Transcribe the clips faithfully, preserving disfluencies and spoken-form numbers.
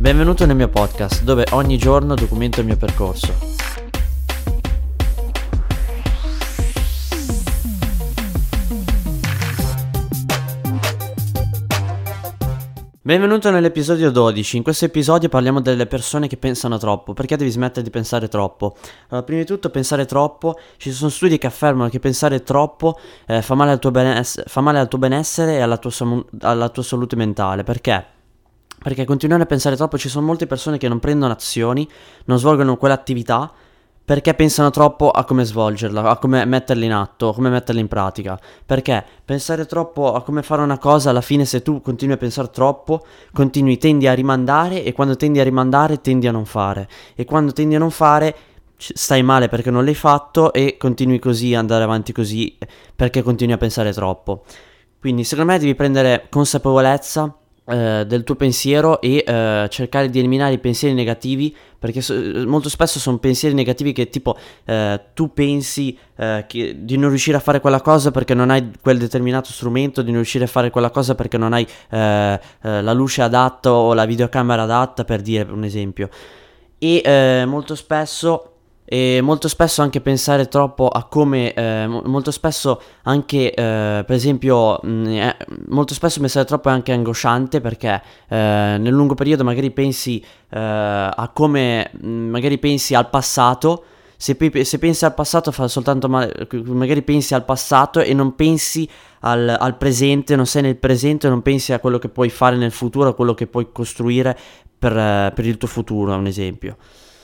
Benvenuto nel mio podcast, dove ogni giorno documento il mio percorso. Benvenuto nell'episodio dodici. In questo episodio parliamo delle persone che pensano troppo. Perché devi smettere di pensare troppo? Allora, prima di tutto, pensare troppo, ci sono studi che affermano che pensare troppo eh, fa male al tuo benessere, fa male al tuo benessere e alla tua, som- alla tua salute mentale. Perché? Perché continuare a pensare troppo, ci sono molte persone che non prendono azioni, non svolgono quell'attività perché pensano troppo a come svolgerla, a come metterla in atto, a come metterla in pratica. Perché pensare troppo a come fare una cosa, alla fine se tu continui a pensare troppo, continui, tendi a rimandare, e quando tendi a rimandare tendi a non fare. E quando tendi a non fare stai male perché non l'hai fatto e continui così, andare avanti così perché continui a pensare troppo. Quindi secondo me devi prendere consapevolezza Eh, del tuo pensiero e eh, cercare di eliminare i pensieri negativi, perché so- molto spesso sono pensieri negativi che tipo eh, tu pensi eh, che, di non riuscire a fare quella cosa perché non hai quel determinato strumento, di non riuscire a fare quella cosa perché non hai eh, eh, la luce adatta o la videocamera adatta, per dire un esempio. E eh, molto spesso E molto spesso anche pensare troppo a come, eh, mo- molto spesso anche, eh, per esempio, mh, eh, molto spesso pensare troppo è anche angosciante, perché eh, nel lungo periodo magari pensi eh, a come, mh, magari pensi al passato. Se, pe- se pensi al passato fa soltanto male, magari pensi al passato e non pensi al, al presente, non sei nel presente, non pensi a quello che puoi fare nel futuro, a quello che puoi costruire per, eh, per il tuo futuro, un esempio.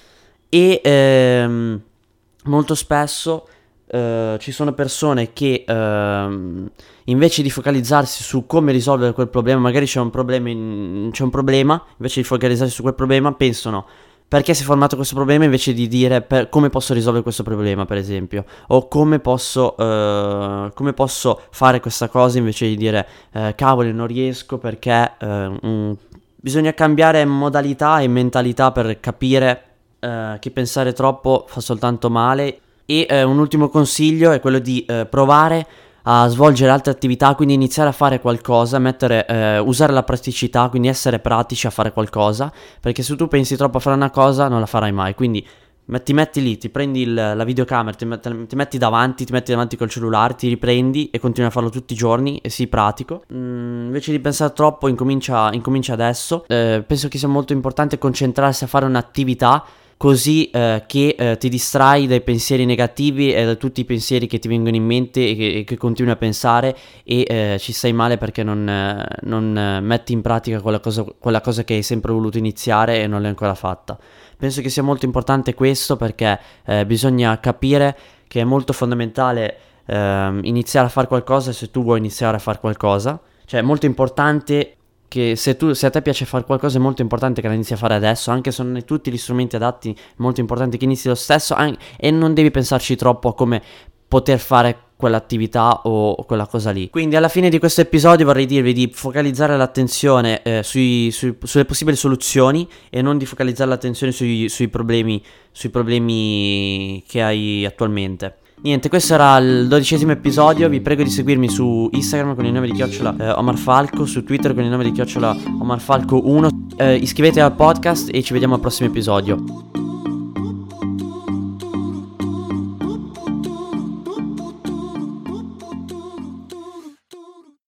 E ehm, molto spesso eh, ci sono persone che ehm, invece di focalizzarsi su come risolvere quel problema, magari c'è un problema, in- c'è un problema, invece di focalizzarsi su quel problema pensano perché si è formato questo problema, invece di dire per, come posso risolvere questo problema, per esempio, o come posso, eh, come posso fare questa cosa, invece di dire eh, cavolo non riesco perché eh, mm, bisogna cambiare modalità e mentalità per capire eh, che pensare troppo fa soltanto male. E eh, un ultimo consiglio è quello di eh, provare a svolgere altre attività, quindi iniziare a fare qualcosa, mettere, eh, usare la praticità, quindi essere pratici a fare qualcosa, perché se tu pensi troppo a fare una cosa non la farai mai. Quindi ti metti lì, ti prendi il, la videocamera, ti, met- ti metti davanti, ti metti davanti col cellulare, ti riprendi e continui a farlo tutti i giorni e sii pratico. Mm, invece di pensare troppo, incomincia, incomincia adesso. Eh, penso che sia molto importante concentrarsi a fare un'attività, così eh, che eh, ti distrai dai pensieri negativi e da tutti i pensieri che ti vengono in mente e che, e che continui a pensare, e eh, ci stai male perché non, eh, non eh, metti in pratica quella cosa, quella cosa che hai sempre voluto iniziare e non l'hai ancora fatta. Penso che sia molto importante questo, perché eh, bisogna capire che è molto fondamentale ehm, iniziare a fare qualcosa se tu vuoi iniziare a fare qualcosa. Cioè è molto importante che se, tu, se a te piace fare qualcosa è molto importante che la inizi a fare adesso, anche se non hai tutti gli strumenti adatti, è molto importante che inizi lo stesso, anche, e non devi pensarci troppo a come poter fare quell'attività o quella cosa lì. Quindi alla fine di questo episodio vorrei dirvi di focalizzare l'attenzione eh, sui, sui, sulle possibili soluzioni, e non di focalizzare l'attenzione sui, sui problemi, sui problemi che hai attualmente. Niente, questo era il dodicesimo episodio. Vi prego di seguirmi su Instagram con il nome di chiocciola eh, Omar Falco, su Twitter con il nome di chiocciola Omar Falco uno. Eh, iscrivetevi al podcast e ci vediamo al prossimo episodio.